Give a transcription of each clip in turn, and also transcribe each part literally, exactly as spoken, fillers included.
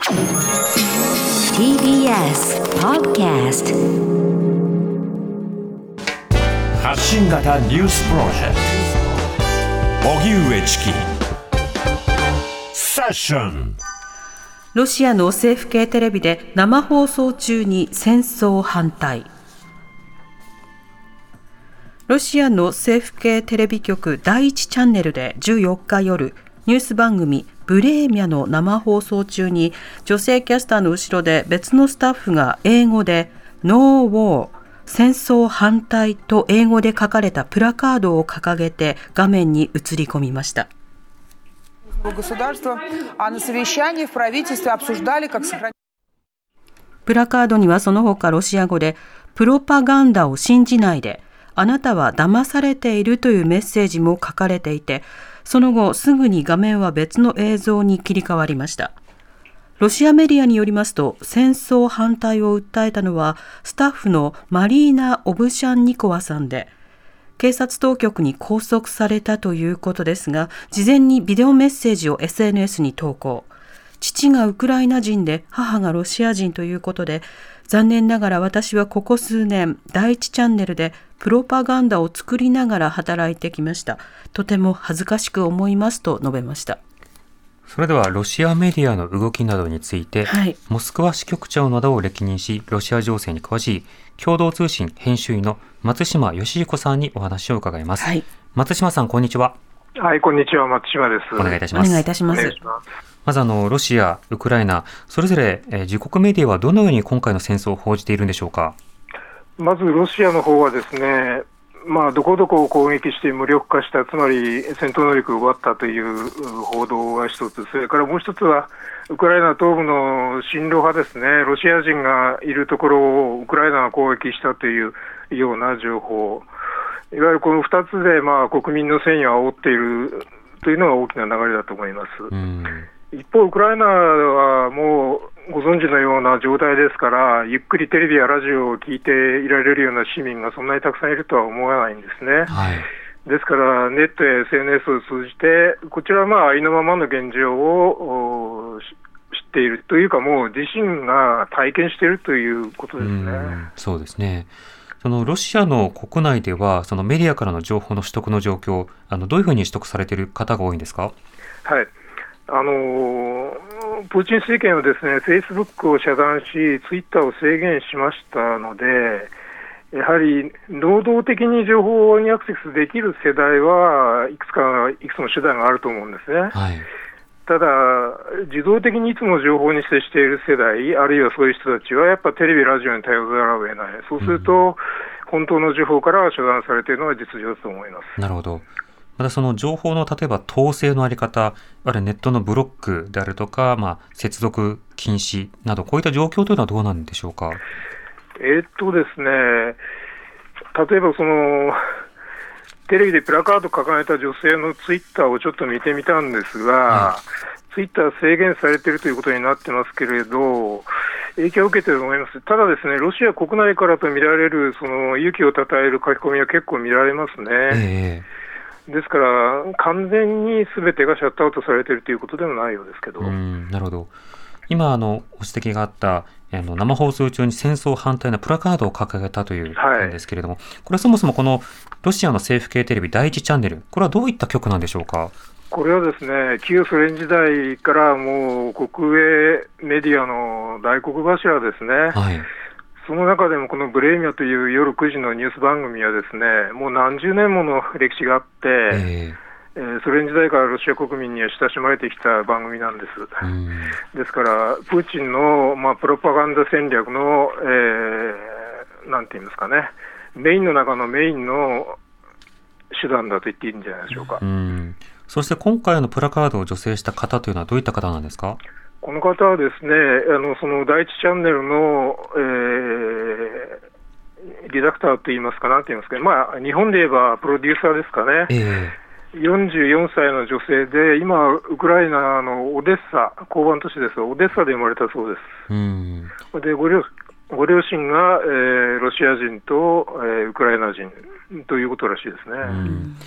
ティービーエス Podcast 発信型ニュースプロジェクト荻上チキセッション。 ロシアの政府系テレビで生放送中に戦争反対。ロシアの政府系テレビ局だいいちチャンネルでじゅうよっか夜、ニュース番組ブレーミャの生放送中に女性キャスターの後ろで別のスタッフが英語で No War 戦争反対と英語で書かれたプラカードを掲げて画面に映り込みました。プラカードにはその他ロシア語でプロパガンダを信じないで、あなたは騙されているというメッセージも書かれていて、その後すぐに画面は別の映像に切り替わりました。ロシアメディアによりますと、戦争反対を訴えたのはスタッフのマリーナ・オブシャンニコワさんで、警察当局に拘束されたということですが、事前にビデオメッセージを エスエヌエス に投稿。父がウクライナ人で母がロシア人ということで、残念ながら私はここ数年だいいちチャンネルでプロパガンダを作りながら働いてきました。とても恥ずかしく思いますと述べました。 それではロシアメディアの動きなどについて、はい、モスクワ支局長などを歴任しロシア情勢に詳しい共同通信編集員の松島義彦さんにお話を伺います、はい、松島さん、こんにちは。 はい、こんにちは、松島です。 お願いいたします。 お願いいたします。 まずあのロシア、ウクライナそれぞれ、えー、自国メディアはどのように今回の戦争を報じているんでしょうか。 まずロシアの方はですね、まあ、どこどこを攻撃して無力化した、つまり戦闘能力を奪ったという報道が一つ、それからもう一つはウクライナ東部の親ロ派ですね、ロシア人がいるところをウクライナが攻撃したというような情報、いわゆるこのふたつで、まあ、国民の戦意を煽っているというのが大きな流れだと思います。うん、一方、ウクライナはもうご存知のような状態ですから、ゆっくりテレビやラジオを聞いていられるような市民がそんなにたくさんいるとは思わないんですね。はい、ですからネットや エスエヌエス を通じてこちらはまあありのままの現状を知っているというか、もう自身が体験しているということですね。 うん、そうですね。そのロシアの国内ではそのメディアからの情報の取得の状況、あのどういうふうに取得されている方が多いんですか。 はい、あのプーチン政権はですね、フェイスブックを遮断しツイッターを制限しましたので、やはり能動的に情報にアクセスできる世代はいくつかいくつも手段があると思うんですね。はい、ただ自動的にいつも情報に接している世代、あるいはそういう人たちはやっぱテレビラジオに頼らざるを得ない。そうすると、うん、本当の情報からは遮断されているのは実情だと思います。 なるほど。またその情報の例えば統制のあり方、あるいはネットのブロックであるとか、まあ、接続禁止などこういった状況というのはどうなんでしょうか。 えー、っとですね例えばそのテレビでプラカードを掲げた女性のツイッターをちょっと見てみたんですが、はい、ツイッター制限されているということになってますけれど、影響を受けていると思います。ただですね、ロシア国内からと見られるその勇気をたたえる書き込みは結構見られますね。えー、ですから完全に全てがシャットアウトされているということではないようですけど。 うん、なるほど。今あのご指摘があったあの生放送中に戦争反対のプラカードを掲げたという点ですけれども、はい、これはそもそもこのロシアの政府系テレビだいいちチャンネル、これはどういった局なんでしょうか。 これはですね、旧ソ連時代からもう国営メディアの大黒柱ですね。はい、その中でもこのブレーミャという夜くじのニュース番組はですね、もう何十年もの歴史があって、えーえー、ソ連時代からロシア国民には親しまれてきた番組なんです。うんですからプーチンの、まあ、プロパガンダ戦略の、えー、なんて言いますかね、メインの中のメインの手段だと言っていいんじゃないでしょうか。うん、 そして今回のプラカードを助成した方というのはどういった方なんですか。 この方はですね、あのそのだいいちチャンネルの、えー、リダクターといいますか、なんて言いますか、まあ、日本で言えばプロデューサーですかね。えーよんじゅうよんさいの女性で、今ウクライナのオデッサ、港湾都市ですが、オデッサで生まれたそうです。うんで ご, 両ご両親が、えー、ロシア人と、えー、ウクライナ人ということらしいですね。うんこ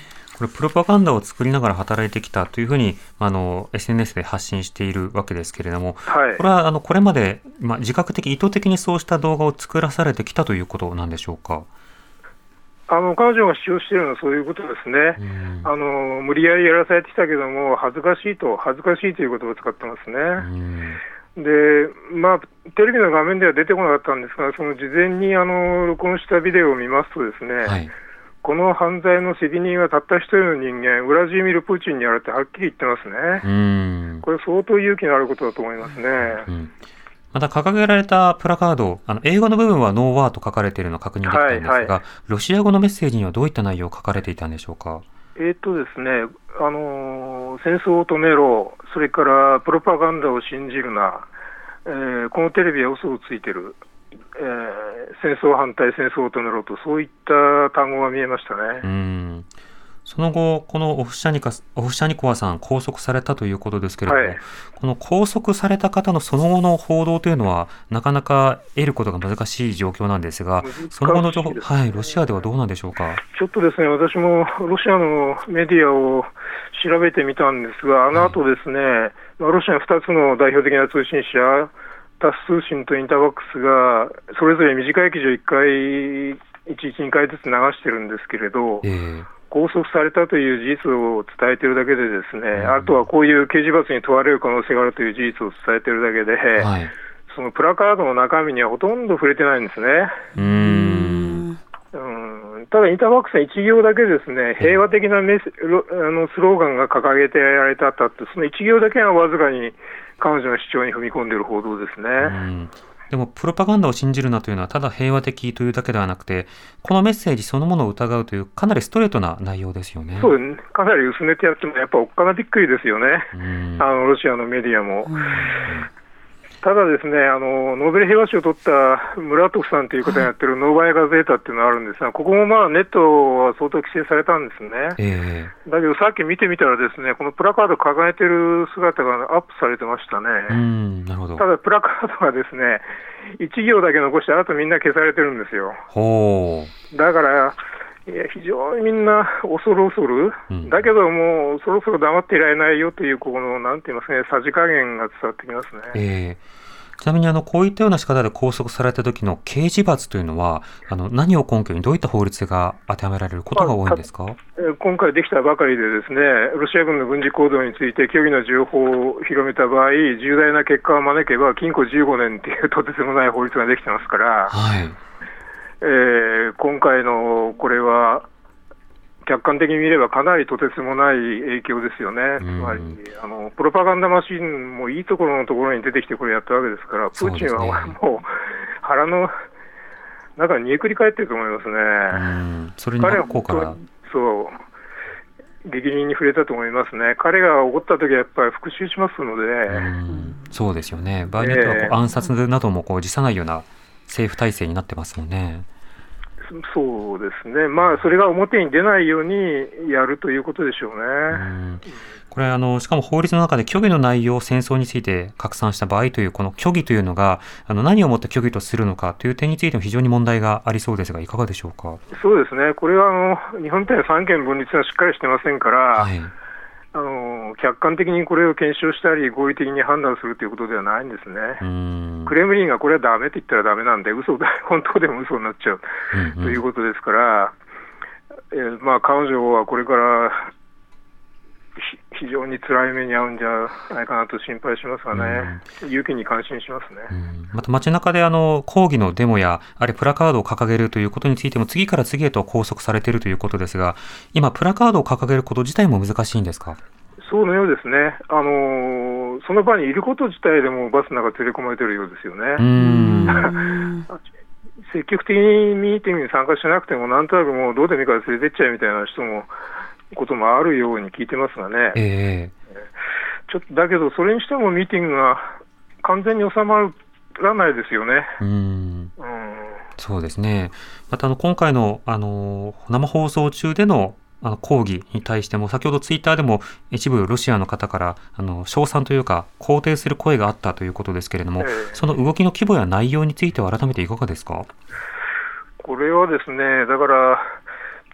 これプロパガンダを作りながら働いてきたというふうにあの エスエヌエス で発信しているわけですけれども、はい、これはあのこれまで、まあ、自覚的意図的にそうした動画を作らされてきたということなんでしょうか。 あの彼女が主張しているのはそういうことですね。あの無理やりやらされてきたけども恥ずかしいと恥ずかしいという言葉を使ってますね。でまあ、テレビの画面では出てこなかったんですが、その事前にあの録音したビデオを見ますとですね、はい、この犯罪の責任はたった一人の人間、ウラジーミル・プーチンにあるってはっきり言ってますね。うんこれ相当勇気のあることだと思いますね。うんまた掲げられたプラカード、あの英語の部分はノーワーと書かれているのを確認できたんですが、はいはい、ロシア語のメッセージにはどういった内容が書かれていたんでしょうか。 えーとですね、あのー、戦争を止めろ、それからプロパガンダを信じるな、えー、このテレビは嘘をついてる、えー、戦争反対、戦争を止めろと、そういった単語が見えましたね。うんその後、このオフシャニカ、オフシャニコワさん拘束されたということですけれども、はい、この拘束された方のその後の報道というのはなかなか得ることが難しい状況なんですが、その後の情報、はい、ロシアではどうなんでしょうか。 ちょっとですね、私もロシアのメディアを調べてみたんですが、あの後ですね、はい、ロシアのふたつの代表的な通信社、タス通信とインターバックスがそれぞれ短い記事をいっかい、いちいちにかいずつ流してるんですけれど、えー拘束されたという事実を伝えているだけでですね、うん、あとはこういう刑事罰に問われる可能性があるという事実を伝えているだけで、はい、そのプラカードの中身にはほとんど触れてないんですね。うーんうんただインターバックスはいち行だけですね、平和的なメスあのスローガンが掲げてられたって、そのいち行だけがわずかに彼女の主張に踏み込んでいる報道ですね。うんでもプロパガンダを信じるなというのはただ平和的というだけではなくて、このメッセージそのものを疑うというかなりストレートな内容ですよね。 そうですね、かなり薄めてやってもやっぱおっかなびっくりですよね、あのロシアのメディアも。ただですね、あのノーベル平和賞を取ったムラートフさんという方がやってるノーバヤガゼータっていうのがあるんですが、ここもまあネットは相当規制されたんですね。えー、だけどさっき見てみたらですね、このプラカードを掲げてる姿がアップされてましたね。うんなるほど。ただプラカードがですねいち行だけ残してあとみんな消されてるんですよ。ほうだからいや非常にみんな恐る恐る、うん、だけどもうそろそろ黙っていられないよというこのなんて言いますね、さじ加減が伝わってきますね。えー、ちなみにあのこういったような仕方で拘束された時の刑事罰というのはあの何を根拠にどういった法律が当てはめられることが多いんですか。 今回できたばかりでですね、ロシア軍の軍事行動について虚偽の情報を広めた場合、重大な結果を招けば禁錮じゅうごねんというとてつもない法律ができてますから、はいえー、今回のこれは客観的に見ればかなりとてつもない影響ですよね。つまりあのプロパガンダマシンもいいところのところに出てきてこれやったわけですから、プーチンはもう腹の中に煮えくり返ってると思いますね。うんそれに彼は効果がそう激鱗に触れたと思いますね。彼が怒ったときはやっぱり復讐しますので。 うんそうですよね。場合によってはこう暗殺などもこう辞さないような政府体制になってますもんね。 そうですね、まあ、それが表に出ないようにやるということでしょうね。 うんこれあのしかも法律の中で虚偽の内容を戦争について拡散した場合というこの虚偽というのがあの何をもって虚偽とするのかという点についても非常に問題がありそうですがいかがでしょうか。 そうですね、これはあの日本というのは三権分立がしっかりしてませんから、はいあの客観的にこれを検証したり合理的に判断するということではないんですね。うんクレムリンがこれはダメって言ったらダメなんで嘘だ本当でも嘘になっちゃう、うんうん、ということですから、えーまあ、彼女はこれから非常に辛い目に遭うんじゃないかなと心配しますがね、うん、勇気に感心しますね。うん、 また街中であの抗議のデモやあれプラカードを掲げるということについても次から次へと拘束されているということですが、今プラカードを掲げること自体も難しいんですか。 そうのようですね、あのー、その場にいること自体でもバスの中連れ込まれているようですよね。うーん積極的にミーティングに参加しなくてもなんとなくもうどうでもいいから連れてっちゃうみたいな人もこともあるように聞いてますがね、えー、ちょっとだけどそれにしてもミーティングが完全に収まらないですよね。うんうんそうですね。またあの今回の、あの生放送中でのあの抗議に対しても先ほどツイッターでも一部ロシアの方からあの称賛というか肯定する声があったということですけれども、えー、その動きの規模や内容については改めていかがですか。 これはですね、だからツ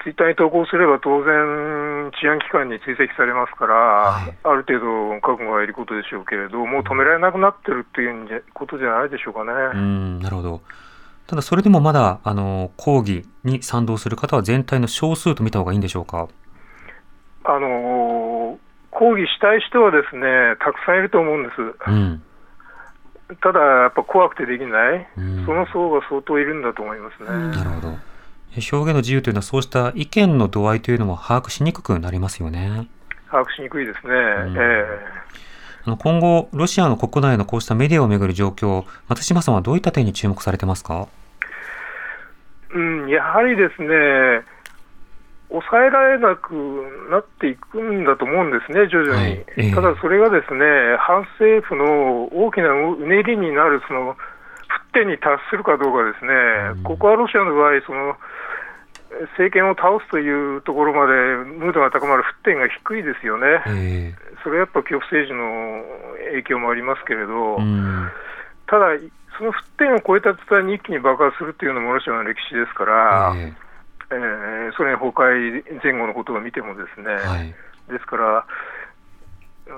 ツイッターに投稿すれば当然治安機関に追跡されますから、はい、ある程度覚悟がいることでしょうけれど、もう止められなくなってるっていうことじゃないでしょうかね。 うん、なるほど。ただそれでもまだあの抗議に賛同する方は全体の少数と見た方がいいんでしょうか。 あの抗議したい人はですね、たくさんいると思うんです、うん、ただやっぱ怖くてできない、うん、その層が相当いるんだと思いますね、うん、 なるほど。表現の自由というのはそうした意見の度合いというのも把握しにくくなりますよね。 把握しにくいですね、うん、えー、 あの今後ロシアの国内のこうしたメディアをめぐる状況、松島さんはどういった点に注目されてますか。 うん、やはりですね、抑えられなくなっていくんだと思うんですね、徐々に、はいえー、ただそれがですね、反政府の大きなうねりになるその沸点に達するかどうかですね、うん、ここはロシアの場合その政権を倒すというところまでムードが高まる沸点が低いですよね、えー、それはやっぱ恐怖政治の影響もありますけれど、うん、ただその沸点を超えた途端に一気に爆発するというのもロシアの歴史ですから、えーえー、ソ連崩壊前後のことを見てもですね、はい、ですから、うん、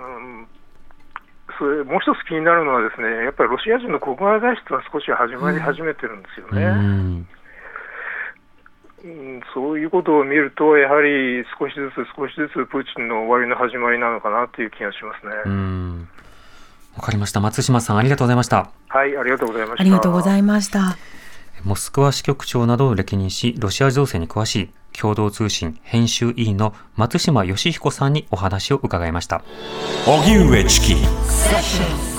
それもう一つ気になるのはですね、やっぱりロシア人の国外脱出は少し始まり始めてるんですよね、うんうん、そういうことを見るとやはり少しずつ少しずつプーチンの終わりの始まりなのかなという気がしますね。うん、 わかりました。松島さんありがとうございました。 はい、ありがとうございました。 ありがとうございました。 モスクワ支局長などを歴任し、ロシア情勢に詳しい共同通信編集委員の松島義彦さんにお話を伺いました。 荻上チキ